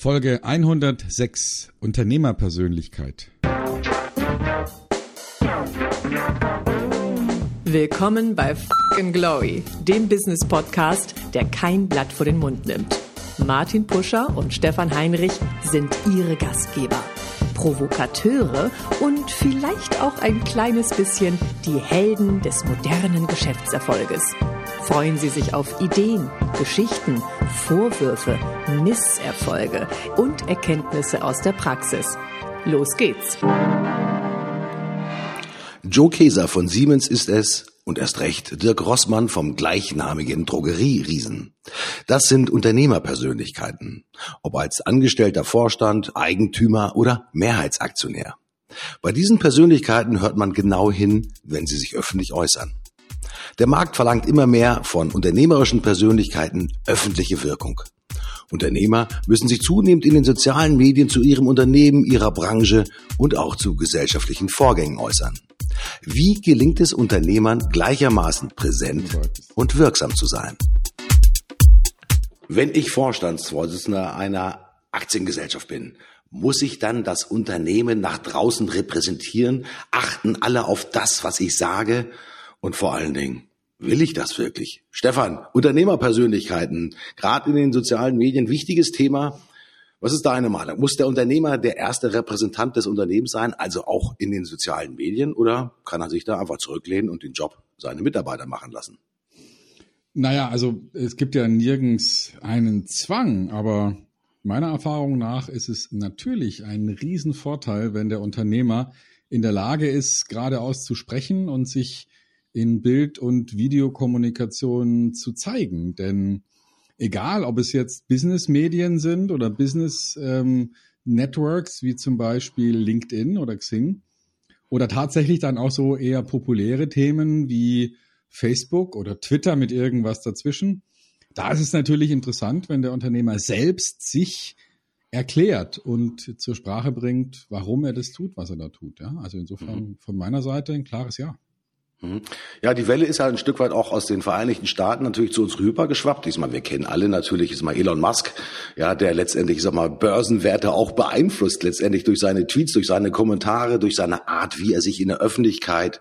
Folge 106 Unternehmerpersönlichkeit. Willkommen bei F***ing Glory, dem Business-Podcast, der kein Blatt vor den Mund nimmt. Martin Puscher und Stefan Heinrich sind ihre Gastgeber. Provokateure und vielleicht auch ein kleines bisschen die Helden des modernen Geschäftserfolges. Freuen Sie sich auf Ideen, Geschichten, Vorwürfe, Misserfolge und Erkenntnisse aus der Praxis. Los geht's! Joe Keser von Siemens ist es und erst recht Dirk Rossmann vom gleichnamigen Drogerieriesen. Das sind Unternehmerpersönlichkeiten, ob als angestellter Vorstand, Eigentümer oder Mehrheitsaktionär. Bei diesen Persönlichkeiten hört man genau hin, wenn sie sich öffentlich äußern. Der Markt verlangt immer mehr von unternehmerischen Persönlichkeiten öffentliche Wirkung. Unternehmer müssen sich zunehmend in den sozialen Medien zu ihrem Unternehmen, ihrer Branche und auch zu gesellschaftlichen Vorgängen äußern. Wie gelingt es Unternehmern gleichermaßen präsent und wirksam zu sein? Wenn ich Vorstandsvorsitzender einer Aktiengesellschaft bin, muss ich dann das Unternehmen nach draußen repräsentieren? Achten alle auf das, was ich sage? Und vor allen Dingen, will ich das wirklich? Stefan, Unternehmerpersönlichkeiten, gerade in den sozialen Medien, wichtiges Thema. Was ist deine Meinung? Muss der Unternehmer der erste Repräsentant des Unternehmens sein, also auch in den sozialen Medien, oder kann er sich da einfach zurücklehnen und den Job seine Mitarbeiter machen lassen? Naja, also es gibt ja nirgends einen Zwang, aber meiner Erfahrung nach ist es natürlich ein Riesenvorteil, wenn der Unternehmer in der Lage ist, geradeaus zu sprechen und sich in Bild- und Videokommunikation zu zeigen. Denn egal, ob es jetzt Business-Medien sind oder Business-Networks, wie zum Beispiel LinkedIn oder Xing, oder tatsächlich dann auch so eher populäre Themen wie Facebook oder Twitter mit irgendwas dazwischen, da ist es natürlich interessant, wenn der Unternehmer selbst sich erklärt und zur Sprache bringt, warum er das tut, was er da tut. Ja? Also insofern von meiner Seite ein klares Ja. Ja, die Welle ist ja ein Stück weit auch aus den Vereinigten Staaten natürlich zu uns rübergeschwappt. Ich meine, wir kennen alle natürlich, ist mal Elon Musk, ja, der letztendlich, Börsenwerte auch beeinflusst, letztendlich durch seine Tweets, durch seine Kommentare, durch seine Art, wie er sich in der Öffentlichkeit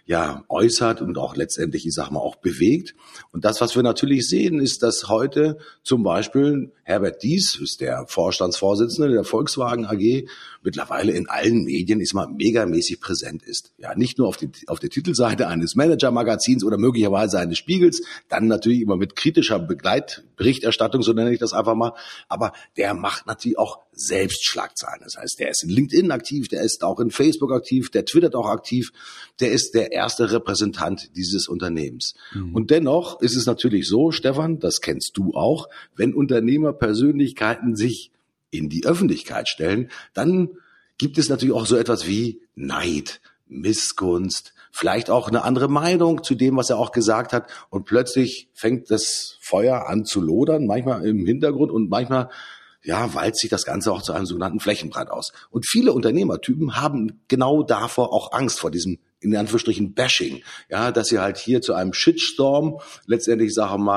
äußert und auch letztendlich, auch bewegt. Und das, was wir natürlich sehen, ist, dass heute zum Beispiel Herbert Diess, ist der Vorstandsvorsitzende der Volkswagen AG, mittlerweile in allen Medien megamäßig präsent ist. Ja, nicht nur auf der Titelseite eines Manager-Magazins oder möglicherweise eines Spiegels, dann natürlich immer mit kritischer Begleitberichterstattung, so nenne ich das einfach mal. Aber der macht natürlich auch selbst Schlagzeilen. Das heißt, der ist in LinkedIn aktiv, der ist auch in Facebook aktiv, der twittert auch aktiv, der ist der erste Repräsentant dieses Unternehmens. Und dennoch ist es natürlich so, Stefan, das kennst du auch, wenn Unternehmerpersönlichkeiten sich in die Öffentlichkeit stellen, dann gibt es natürlich auch so etwas wie Neid, Missgunst, vielleicht auch eine andere Meinung zu dem, was er auch gesagt hat. Und plötzlich fängt das Feuer an zu lodern, manchmal im Hintergrund und manchmal walzt sich das Ganze auch zu einem sogenannten Flächenbrand aus. Und viele Unternehmertypen haben genau davor auch Angst, vor diesem, in Anführungsstrichen, Bashing. Ja, dass sie halt hier zu einem Shitstorm letztendlich,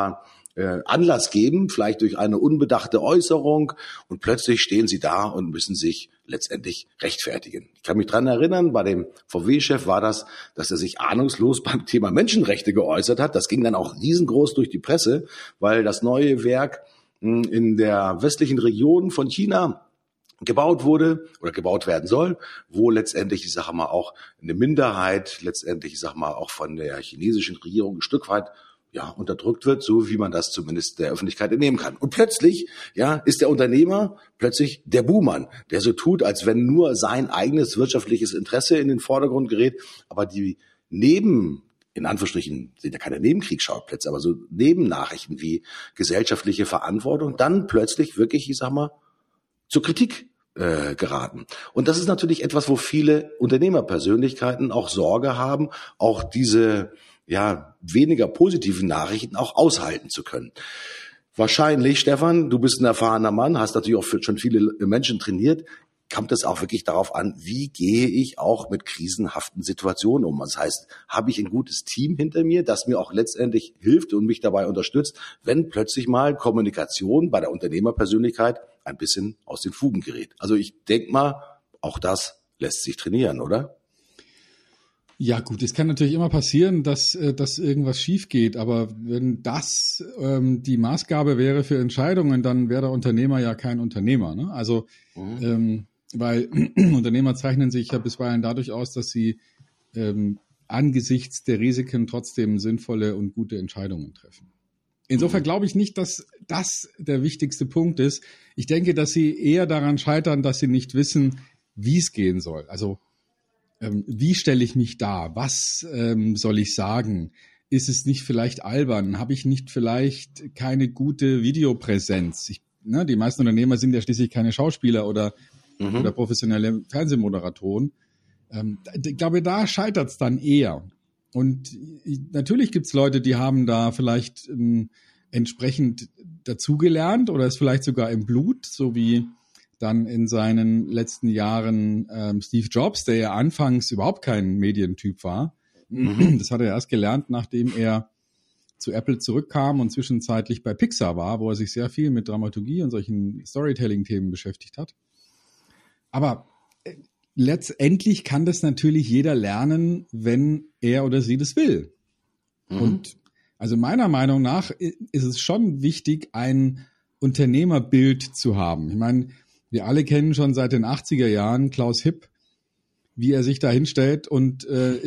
Anlass geben, vielleicht durch eine unbedachte Äußerung, und plötzlich stehen sie da und müssen sich letztendlich rechtfertigen. Ich kann mich dran erinnern, bei dem VW-Chef war das, dass er sich ahnungslos beim Thema Menschenrechte geäußert hat. Das ging dann auch riesengroß durch die Presse, weil das neue Werk in der westlichen Region von China gebaut wurde oder gebaut werden soll, wo letztendlich, auch eine Minderheit letztendlich, auch von der chinesischen Regierung ein Stück weit unterdrückt wird, so wie man das zumindest der Öffentlichkeit entnehmen kann. Und plötzlich, ist der Unternehmer plötzlich der Buhmann, der so tut, als wenn nur sein eigenes wirtschaftliches Interesse in den Vordergrund gerät, aber die in Anführungsstrichen sind ja keine Nebenkriegsschauplätze, aber so Nebennachrichten wie gesellschaftliche Verantwortung dann plötzlich wirklich, zur Kritik geraten. Und das ist natürlich etwas, wo viele Unternehmerpersönlichkeiten auch Sorge haben, auch diese weniger positiven Nachrichten auch aushalten zu können. Wahrscheinlich, Stefan, du bist ein erfahrener Mann, hast natürlich auch schon viele Menschen trainiert. kommt es auch wirklich darauf an, wie gehe ich auch mit krisenhaften Situationen um. Das heißt, habe ich ein gutes Team hinter mir, das mir auch letztendlich hilft und mich dabei unterstützt, wenn plötzlich mal Kommunikation bei der Unternehmerpersönlichkeit ein bisschen aus den Fugen gerät. Also ich denke mal, auch das lässt sich trainieren, oder? Ja gut, es kann natürlich immer passieren, dass irgendwas schief geht, aber wenn das die Maßgabe wäre für Entscheidungen, dann wäre der Unternehmer ja kein Unternehmer. Ne? Also weil Unternehmer zeichnen sich ja bisweilen dadurch aus, dass sie angesichts der Risiken trotzdem sinnvolle und gute Entscheidungen treffen. Insofern glaube ich nicht, dass das der wichtigste Punkt ist. Ich denke, dass sie eher daran scheitern, dass sie nicht wissen, wie es gehen soll. Also wie stelle ich mich dar? Was soll ich sagen? Ist es nicht vielleicht albern? Habe ich nicht vielleicht keine gute Videopräsenz? Die meisten Unternehmer sind ja schließlich keine Schauspieler oder professionelle Fernsehmoderatoren. Ich glaube, da scheitert es dann eher. Und natürlich gibt es Leute, die haben da vielleicht entsprechend dazugelernt oder ist vielleicht sogar im Blut, so wie dann in seinen letzten Jahren Steve Jobs, der ja anfangs überhaupt kein Medientyp war. Das hat er erst gelernt, nachdem er zu Apple zurückkam und zwischenzeitlich bei Pixar war, wo er sich sehr viel mit Dramaturgie und solchen Storytelling-Themen beschäftigt hat. Aber letztendlich kann das natürlich jeder lernen, wenn er oder sie das will. Und also meiner Meinung nach ist es schon wichtig, ein Unternehmerbild zu haben. Ich meine, wir alle kennen schon seit den 80er Jahren Klaus Hipp, wie er sich da hinstellt und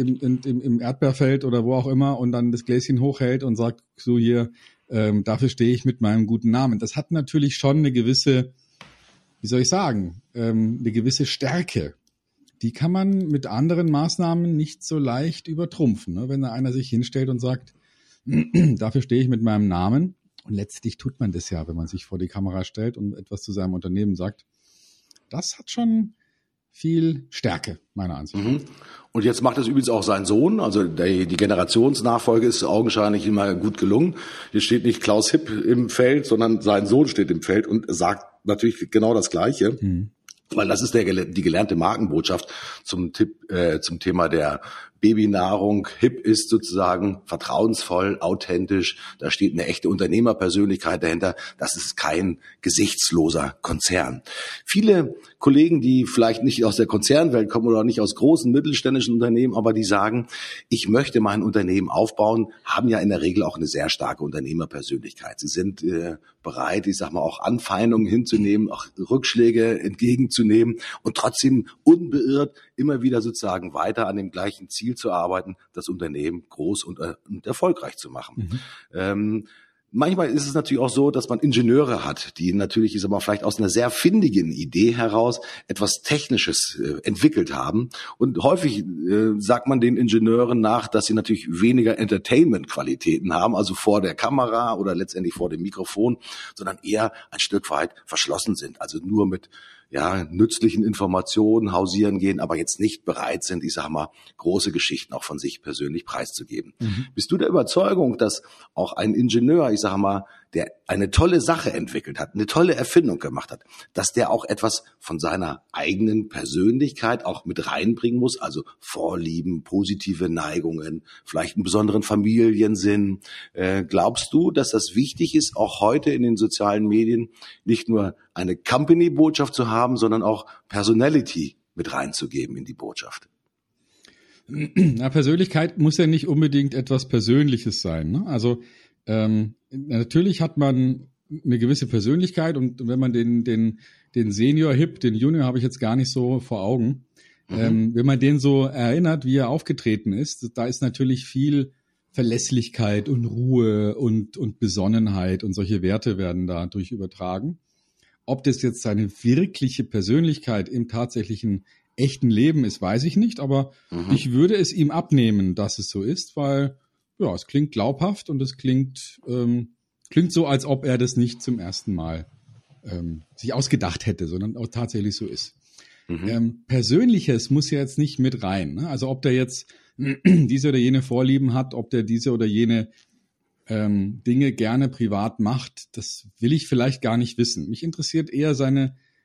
im Erdbeerfeld oder wo auch immer und dann das Gläschen hochhält und sagt, so hier, dafür stehe ich mit meinem guten Namen. Das hat natürlich schon eine gewisse, wie soll ich sagen, eine gewisse Stärke. Die kann man mit anderen Maßnahmen nicht so leicht übertrumpfen. Ne? Wenn da einer sich hinstellt und sagt, dafür stehe ich mit meinem Namen. Und letztlich tut man das ja, wenn man sich vor die Kamera stellt und etwas zu seinem Unternehmen sagt. Das hat schon viel Stärke, meiner Ansicht nach. Und jetzt macht es übrigens auch sein Sohn. Also die Generationsnachfolge ist augenscheinlich immer gut gelungen. Hier steht nicht Klaus Hipp im Feld, sondern sein Sohn steht im Feld und sagt natürlich genau das Gleiche. Weil das ist die gelernte Markenbotschaft zum Thema der Babynahrung. Hip ist sozusagen vertrauensvoll, authentisch. Da steht eine echte Unternehmerpersönlichkeit dahinter. Das ist kein gesichtsloser Konzern. Viele Kollegen, die vielleicht nicht aus der Konzernwelt kommen oder nicht aus großen mittelständischen Unternehmen, aber die sagen, ich möchte mein Unternehmen aufbauen, haben ja in der Regel auch eine sehr starke Unternehmerpersönlichkeit. Sie sind bereit, ich sag mal, auch Anfeindungen hinzunehmen, auch Rückschläge entgegenzunehmen und trotzdem unbeirrt immer wieder sozusagen weiter an dem gleichen Ziel zu arbeiten, das Unternehmen groß und erfolgreich zu machen. Manchmal ist es natürlich auch so, dass man Ingenieure hat, die natürlich, ich sag mal, vielleicht aus einer sehr findigen Idee heraus etwas Technisches entwickelt haben. Und häufig sagt man den Ingenieuren nach, dass sie natürlich weniger Entertainment-Qualitäten haben, also vor der Kamera oder letztendlich vor dem Mikrofon, sondern eher ein Stück weit verschlossen sind, also nur mit nützlichen Informationen hausieren gehen, aber jetzt nicht bereit sind, ich sag mal, große Geschichten auch von sich persönlich preiszugeben. Bist du der Überzeugung, dass auch ein Ingenieur, ich sag mal, der eine tolle Sache entwickelt hat, eine tolle Erfindung gemacht hat, dass der auch etwas von seiner eigenen Persönlichkeit auch mit reinbringen muss, also Vorlieben, positive Neigungen, vielleicht einen besonderen Familiensinn. Glaubst du, dass das wichtig ist, auch heute in den sozialen Medien nicht nur eine Company-Botschaft zu haben, sondern auch Personality mit reinzugeben in die Botschaft? Na, Persönlichkeit muss ja nicht unbedingt etwas Persönliches sein, ne? Also natürlich hat man eine gewisse Persönlichkeit und wenn man den Senior-Hip, den Junior habe ich jetzt gar nicht so vor Augen, wenn man den so erinnert, wie er aufgetreten ist, da ist natürlich viel Verlässlichkeit und Ruhe und Besonnenheit und solche Werte werden dadurch übertragen. Ob das jetzt seine wirkliche Persönlichkeit im tatsächlichen echten Leben ist, weiß ich nicht, aber ich würde es ihm abnehmen, dass es so ist, weil es klingt glaubhaft und es klingt so, als ob er das nicht zum ersten Mal sich ausgedacht hätte, sondern auch tatsächlich so ist. Persönliches muss ja jetzt nicht mit rein, ne? Also ob der jetzt diese oder jene Vorlieben hat, ob der diese oder jene Dinge gerne privat macht, das will ich vielleicht gar nicht wissen. Mich interessiert eher seine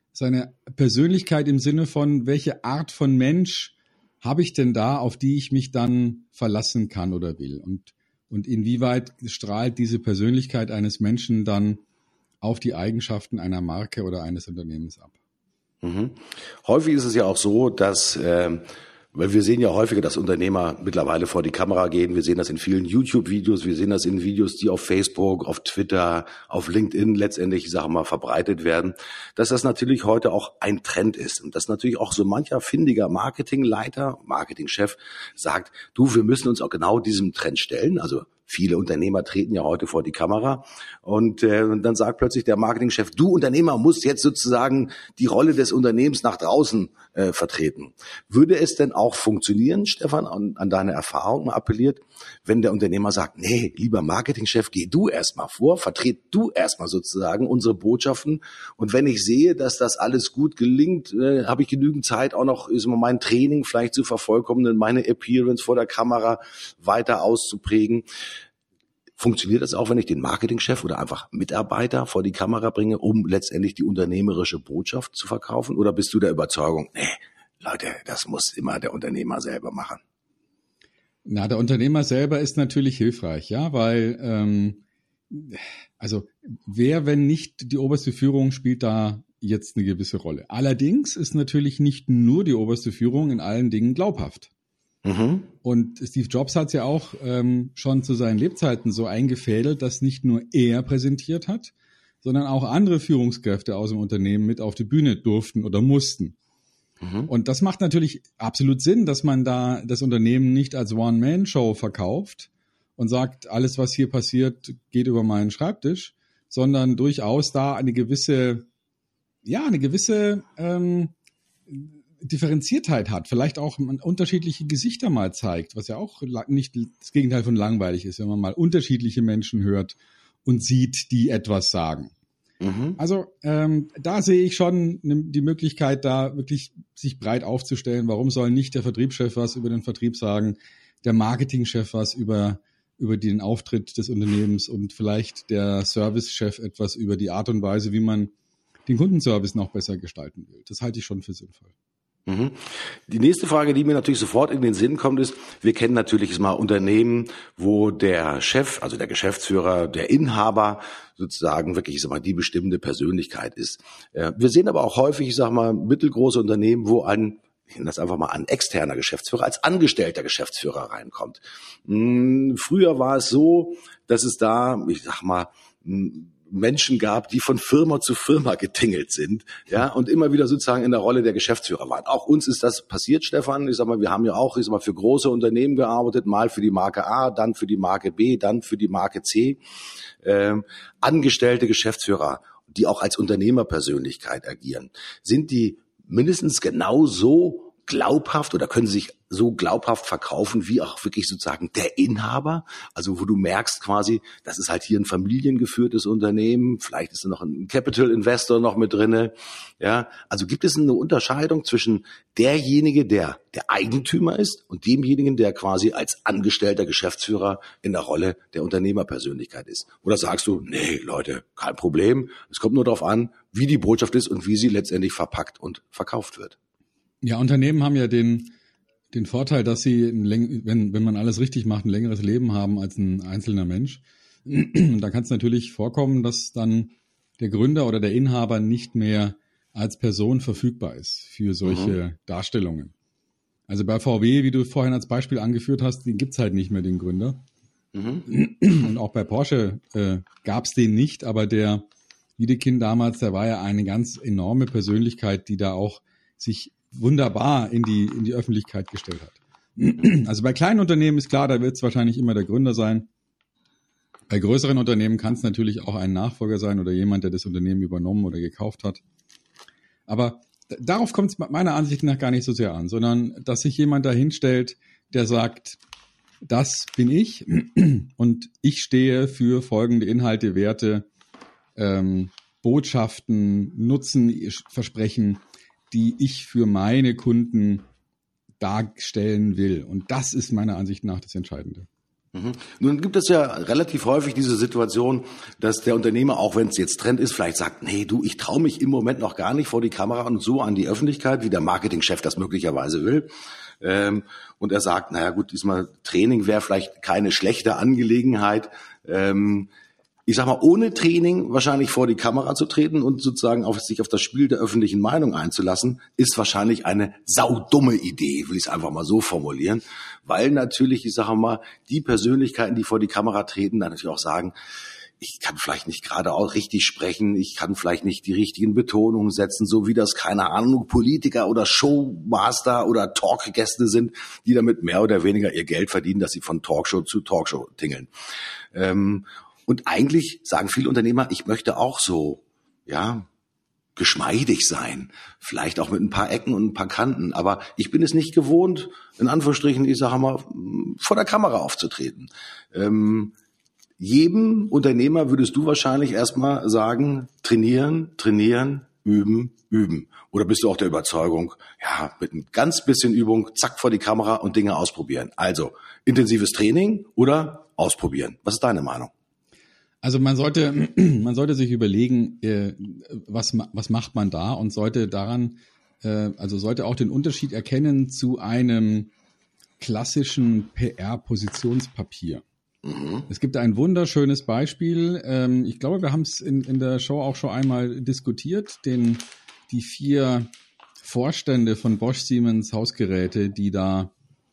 seine Persönlichkeit im Sinne von, welche Art von Mensch habe ich denn da, auf die ich mich dann verlassen kann oder will? Und inwieweit strahlt diese Persönlichkeit eines Menschen dann auf die Eigenschaften einer Marke oder eines Unternehmens ab? Mhm. Häufig ist es ja auch so, dass weil wir sehen ja häufiger, dass Unternehmer mittlerweile vor die Kamera gehen. Wir sehen das in vielen YouTube-Videos. Wir sehen das in Videos, die auf Facebook, auf Twitter, auf LinkedIn letztendlich, ich sage mal, verbreitet werden. Dass das natürlich heute auch ein Trend ist. Und dass natürlich auch so mancher findiger Marketingleiter, Marketingchef sagt, du, wir müssen uns auch genau diesem Trend stellen. Also viele Unternehmer treten ja heute vor die Kamera und dann sagt plötzlich der Marketingchef, du Unternehmer musst jetzt sozusagen die Rolle des Unternehmens nach draußen vertreten. Würde es denn auch funktionieren, Stefan, an deine Erfahrung mal appelliert, wenn der Unternehmer sagt, nee, lieber Marketingchef, geh du erstmal vor, vertret du erstmal sozusagen unsere Botschaften und wenn ich sehe, dass das alles gut gelingt, habe ich genügend Zeit auch noch mein Training vielleicht zu vervollkommnen, meine Appearance vor der Kamera weiter auszuprägen. Funktioniert das auch, wenn ich den Marketingchef oder einfach Mitarbeiter vor die Kamera bringe, um letztendlich die unternehmerische Botschaft zu verkaufen? Oder bist du der Überzeugung, nee, Leute, das muss immer der Unternehmer selber machen? Na, der Unternehmer selber ist natürlich hilfreich, ja, weil, also wer, wenn nicht die oberste Führung, spielt da jetzt eine gewisse Rolle. Allerdings ist natürlich nicht nur die oberste Führung in allen Dingen glaubhaft. Mhm. Und Steve Jobs hat es ja auch schon zu seinen Lebzeiten so eingefädelt, dass nicht nur er präsentiert hat, sondern auch andere Führungskräfte aus dem Unternehmen mit auf die Bühne durften oder mussten. Mhm. Und das macht natürlich absolut Sinn, dass man da das Unternehmen nicht als One-Man-Show verkauft und sagt, alles, was hier passiert, geht über meinen Schreibtisch, sondern durchaus da eine gewisse Differenziertheit hat, vielleicht auch unterschiedliche Gesichter mal zeigt, was ja auch nicht das Gegenteil von langweilig ist, wenn man mal unterschiedliche Menschen hört und sieht, die etwas sagen. Mhm. Also da sehe ich schon die Möglichkeit, da wirklich sich breit aufzustellen. Warum soll nicht der Vertriebschef was über den Vertrieb sagen, der Marketingchef was über den Auftritt des Unternehmens und vielleicht der Servicechef etwas über die Art und Weise, wie man den Kundenservice noch besser gestalten will. Das halte ich schon für sinnvoll. Die nächste Frage, die mir natürlich sofort in den Sinn kommt, ist, wir kennen natürlich mal Unternehmen, wo der Chef, also der Geschäftsführer, der Inhaber sozusagen wirklich, ich sag mal, die bestimmende Persönlichkeit ist. Wir sehen aber auch häufig, ich sag mal, mittelgroße Unternehmen, wo ich nenne das einfach mal ein externer Geschäftsführer, als angestellter Geschäftsführer reinkommt. Früher war es so, dass es da, ich sag mal, Menschen gab, die von Firma zu Firma getingelt sind, ja, und immer wieder sozusagen in der Rolle der Geschäftsführer waren. Auch uns ist das passiert, Stefan. Ich sag mal, wir haben ja auch, für große Unternehmen gearbeitet, mal für die Marke A, dann für die Marke B, dann für die Marke C. Angestellte Geschäftsführer, die auch als Unternehmerpersönlichkeit agieren. Sind die mindestens genauso glaubhaft oder können sich so glaubhaft verkaufen wie auch wirklich sozusagen der Inhaber, also wo du merkst quasi, das ist halt hier ein familiengeführtes Unternehmen, vielleicht ist da noch ein Capital Investor noch mit drinne, ja, also gibt es eine Unterscheidung zwischen derjenige, der Eigentümer ist und demjenigen, der quasi als angestellter Geschäftsführer in der Rolle der Unternehmerpersönlichkeit ist? Oder sagst du, nee, Leute, kein Problem, es kommt nur darauf an, wie die Botschaft ist und wie sie letztendlich verpackt und verkauft wird? Ja, Unternehmen haben ja den Vorteil, dass sie, wenn man alles richtig macht, ein längeres Leben haben als ein einzelner Mensch. Und da kann es natürlich vorkommen, dass dann der Gründer oder der Inhaber nicht mehr als Person verfügbar ist für solche Darstellungen. Also bei VW, wie du vorhin als Beispiel angeführt hast, den gibt's halt nicht mehr, den Gründer. Und auch bei Porsche gab's den nicht, aber der Wiedekind damals, der war ja eine ganz enorme Persönlichkeit, die da auch sich wunderbar in die Öffentlichkeit gestellt hat. Also bei kleinen Unternehmen ist klar, da wird es wahrscheinlich immer der Gründer sein. Bei größeren Unternehmen kann es natürlich auch ein Nachfolger sein oder jemand, der das Unternehmen übernommen oder gekauft hat. Aber darauf kommt es meiner Ansicht nach gar nicht so sehr an, sondern dass sich jemand da hinstellt, der sagt, das bin ich und ich stehe für folgende Inhalte, Werte, Botschaften, Nutzen, Versprechen, die ich für meine Kunden darstellen will. Und das ist meiner Ansicht nach das Entscheidende. Nun gibt es ja relativ häufig diese Situation, dass der Unternehmer, auch wenn es jetzt Trend ist, vielleicht sagt, nee, du, ich traue mich im Moment noch gar nicht vor die Kamera und so an die Öffentlichkeit, wie der Marketingchef das möglicherweise will. Und er sagt, naja gut, diesmal Training wäre vielleicht keine schlechte Angelegenheit. Ich sag mal, ohne Training wahrscheinlich vor die Kamera zu treten und sozusagen sich auf das Spiel der öffentlichen Meinung einzulassen, ist wahrscheinlich eine saudumme Idee, will ich es einfach mal so formulieren. Weil natürlich, ich sage mal, die Persönlichkeiten, die vor die Kamera treten, dann natürlich auch sagen, ich kann vielleicht nicht gerade auch richtig sprechen, ich kann vielleicht nicht die richtigen Betonungen setzen, so wie das, keine Ahnung, Politiker oder Showmaster oder Talkgäste sind, die damit mehr oder weniger ihr Geld verdienen, dass sie von Talkshow zu Talkshow tingeln. Und eigentlich sagen viele Unternehmer, ich möchte auch so, ja, geschmeidig sein, vielleicht auch mit ein paar Ecken und ein paar Kanten, aber ich bin es nicht gewohnt, in Anführungsstrichen, ich sage mal, vor der Kamera aufzutreten. Jedem Unternehmer würdest du wahrscheinlich erstmal sagen, trainieren, üben. Oder bist du auch der Überzeugung, ja, mit ein ganz bisschen Übung, zack, vor die Kamera und Dinge ausprobieren. Also intensives Training oder ausprobieren. Was ist deine Meinung? Also man sollte sich überlegen, was macht man da und sollte sollte auch den Unterschied erkennen zu einem klassischen PR-Positionspapier. Es gibt ein wunderschönes Beispiel. Ich glaube, wir haben es in der Show auch schon einmal diskutiert, die 4 Vorstände von Bosch, Siemens, Hausgeräte, die da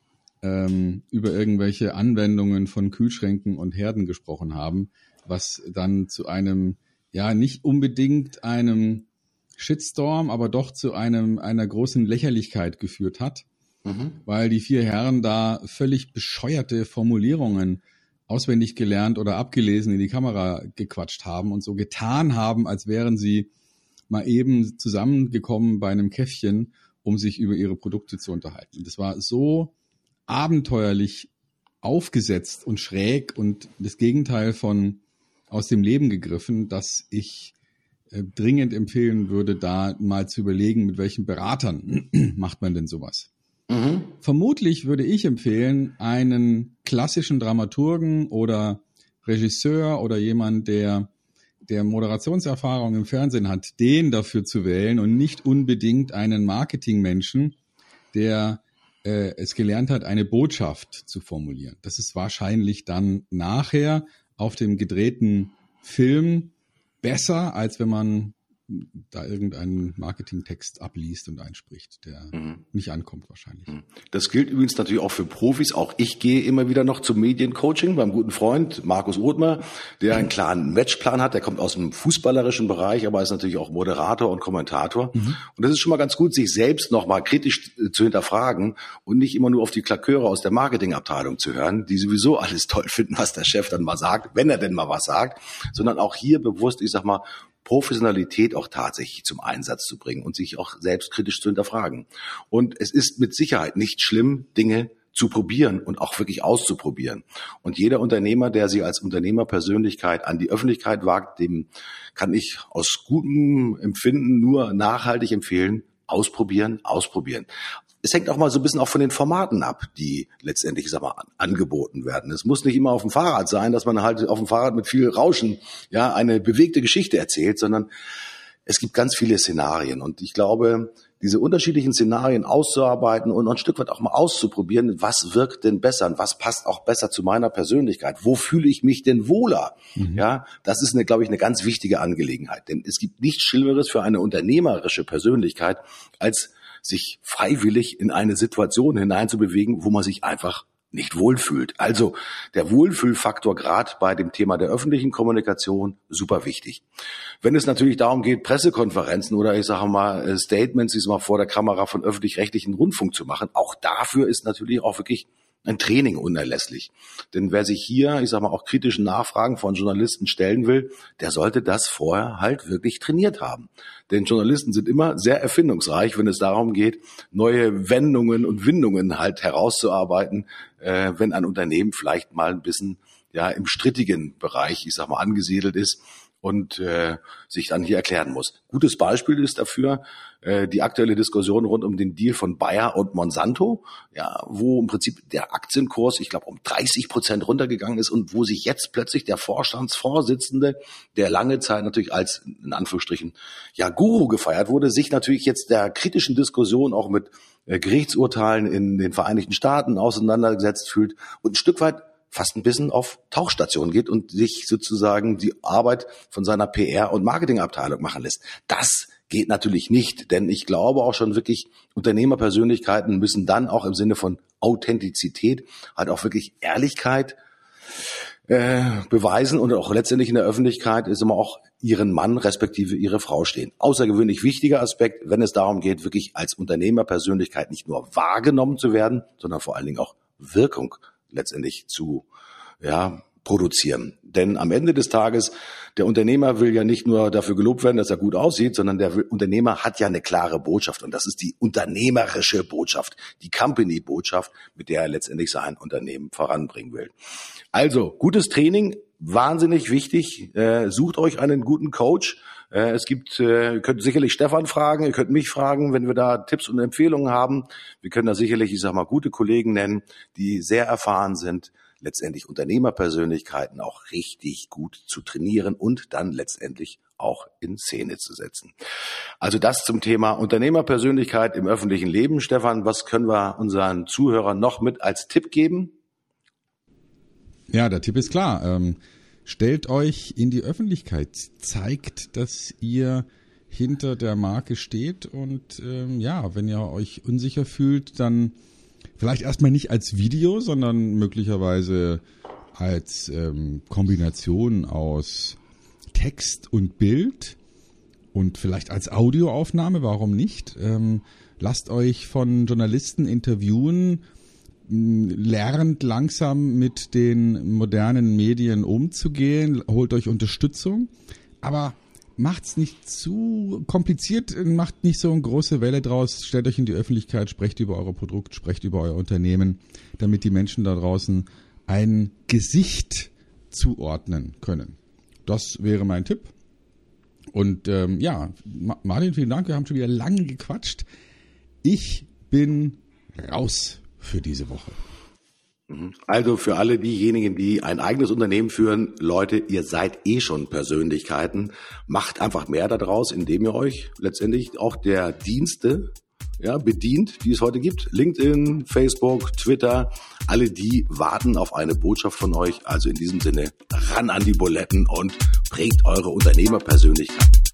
über irgendwelche Anwendungen von Kühlschränken und Herden gesprochen haben, was dann zu einem, ja, nicht unbedingt einem Shitstorm, aber doch zu einer großen Lächerlichkeit geführt hat, weil die 4 Herren da völlig bescheuerte Formulierungen auswendig gelernt oder abgelesen in die Kamera gequatscht haben und so getan haben, als wären sie mal eben zusammengekommen bei einem Käffchen, um sich über ihre Produkte zu unterhalten. Das war so abenteuerlich aufgesetzt und schräg und das Gegenteil von aus dem Leben gegriffen, dass ich dringend empfehlen würde, da mal zu überlegen, mit welchen Beratern macht man denn sowas. Vermutlich würde ich empfehlen, einen klassischen Dramaturgen oder Regisseur oder jemand, der Moderationserfahrung im Fernsehen hat, den dafür zu wählen und nicht unbedingt einen Marketingmenschen, der es gelernt hat, eine Botschaft zu formulieren. Das ist wahrscheinlich dann nachher auf dem gedrehten Film besser, als wenn man da irgendeinen Marketingtext abliest und einspricht, der nicht ankommt wahrscheinlich. Das gilt übrigens natürlich auch für Profis. Auch ich gehe immer wieder noch zum Mediencoaching beim guten Freund Markus Othmer, der einen klaren Matchplan hat. Der kommt aus dem fußballerischen Bereich, aber ist natürlich auch Moderator und Kommentator. Und das ist schon mal ganz gut, sich selbst noch mal kritisch zu hinterfragen und nicht immer nur auf die Klaköre aus der Marketingabteilung zu hören, die sowieso alles toll finden, was der Chef dann mal sagt, wenn er denn mal was sagt, sondern auch hier bewusst, ich sag mal, Professionalität auch tatsächlich zum Einsatz zu bringen und sich auch selbstkritisch zu hinterfragen. Und es ist mit Sicherheit nicht schlimm, Dinge zu probieren und auch wirklich auszuprobieren. Und jeder Unternehmer, der sich als Unternehmerpersönlichkeit an die Öffentlichkeit wagt, dem kann ich aus gutem Empfinden nur nachhaltig empfehlen, ausprobieren. Es hängt auch mal so ein bisschen auch von den Formaten ab, die letztendlich, angeboten werden. Es muss nicht immer auf dem Fahrrad sein, dass man halt auf dem Fahrrad mit viel Rauschen, ja, eine bewegte Geschichte erzählt, sondern es gibt ganz viele Szenarien. Und ich glaube, diese unterschiedlichen Szenarien auszuarbeiten und ein Stück weit auch mal auszuprobieren, was wirkt denn besser und was passt auch besser zu meiner Persönlichkeit? Wo fühle ich mich denn wohler? Ja, das ist glaube ich, eine ganz wichtige Angelegenheit. Denn es gibt nichts Schlimmeres für eine unternehmerische Persönlichkeit, als sich freiwillig in eine Situation hineinzubewegen, wo man sich einfach nicht wohlfühlt. Also der Wohlfühlfaktor gerade bei dem Thema der öffentlichen Kommunikation super wichtig. Wenn es natürlich darum geht, Pressekonferenzen oder Statements, vor der Kamera von öffentlich-rechtlichen Rundfunk zu machen, auch dafür ist natürlich auch wirklich ein Training unerlässlich. Denn wer sich hier, auch kritischen Nachfragen von Journalisten stellen will, der sollte das vorher halt wirklich trainiert haben. Denn Journalisten sind immer sehr erfindungsreich, wenn es darum geht, neue Wendungen und Windungen halt herauszuarbeiten, wenn ein Unternehmen vielleicht mal ein bisschen im strittigen Bereich, angesiedelt ist. und sich dann hier erklären muss. Gutes Beispiel ist dafür die aktuelle Diskussion rund um den Deal von Bayer und Monsanto, ja, wo im Prinzip der Aktienkurs, ich glaube, um 30% runtergegangen ist und wo sich jetzt plötzlich der Vorstandsvorsitzende, der lange Zeit natürlich als, in Anführungsstrichen, ja, Guru gefeiert wurde, sich natürlich jetzt der kritischen Diskussion auch mit Gerichtsurteilen in den Vereinigten Staaten auseinandergesetzt fühlt und ein Stück weit fast ein bisschen auf Tauchstation geht und sich sozusagen die Arbeit von seiner PR- und Marketingabteilung machen lässt. Das geht natürlich nicht, denn ich glaube auch schon wirklich, Unternehmerpersönlichkeiten müssen dann auch im Sinne von Authentizität halt auch wirklich Ehrlichkeit beweisen und auch letztendlich in der Öffentlichkeit ist immer auch ihren Mann respektive ihre Frau stehen. Außergewöhnlich wichtiger Aspekt, wenn es darum geht, wirklich als Unternehmerpersönlichkeit nicht nur wahrgenommen zu werden, sondern vor allen Dingen auch Wirkung letztendlich zu produzieren. Denn am Ende des Tages, der Unternehmer will ja nicht nur dafür gelobt werden, dass er gut aussieht, sondern der Unternehmer hat ja eine klare Botschaft und das ist die unternehmerische Botschaft, die Company-Botschaft, mit der er letztendlich sein Unternehmen voranbringen will. Also, gutes Training, wahnsinnig wichtig. Sucht euch einen guten Coach. Es gibt, ihr könnt sicherlich Stefan fragen, ihr könnt mich fragen, wenn wir da Tipps und Empfehlungen haben. Wir können da sicherlich, gute Kollegen nennen, die sehr erfahren sind, letztendlich Unternehmerpersönlichkeiten auch richtig gut zu trainieren und dann letztendlich auch in Szene zu setzen. Also das zum Thema Unternehmerpersönlichkeit im öffentlichen Leben. Stefan, was können wir unseren Zuhörern noch mit als Tipp geben? Ja, der Tipp ist klar. Stellt euch in die Öffentlichkeit, zeigt, dass ihr hinter der Marke steht und wenn ihr euch unsicher fühlt, dann vielleicht erstmal nicht als Video, sondern möglicherweise als Kombination aus Text und Bild und vielleicht als Audioaufnahme, warum nicht? Lasst euch von Journalisten interviewen, lernt langsam mit den modernen Medien umzugehen, holt euch Unterstützung, aber macht's nicht zu kompliziert, macht nicht so eine große Welle draus, stellt euch in die Öffentlichkeit, sprecht über euer Produkt, sprecht über euer Unternehmen, damit die Menschen da draußen ein Gesicht zuordnen können. Das wäre mein Tipp. Und Martin, vielen Dank, wir haben schon wieder lange gequatscht. Ich bin raus für diese Woche. Also für alle diejenigen, die ein eigenes Unternehmen führen, Leute, ihr seid schon Persönlichkeiten. Macht einfach mehr daraus, indem ihr euch letztendlich auch der Dienste bedient, die es heute gibt. LinkedIn, Facebook, Twitter, alle die warten auf eine Botschaft von euch. Also in diesem Sinne, ran an die Buletten und prägt eure Unternehmerpersönlichkeit.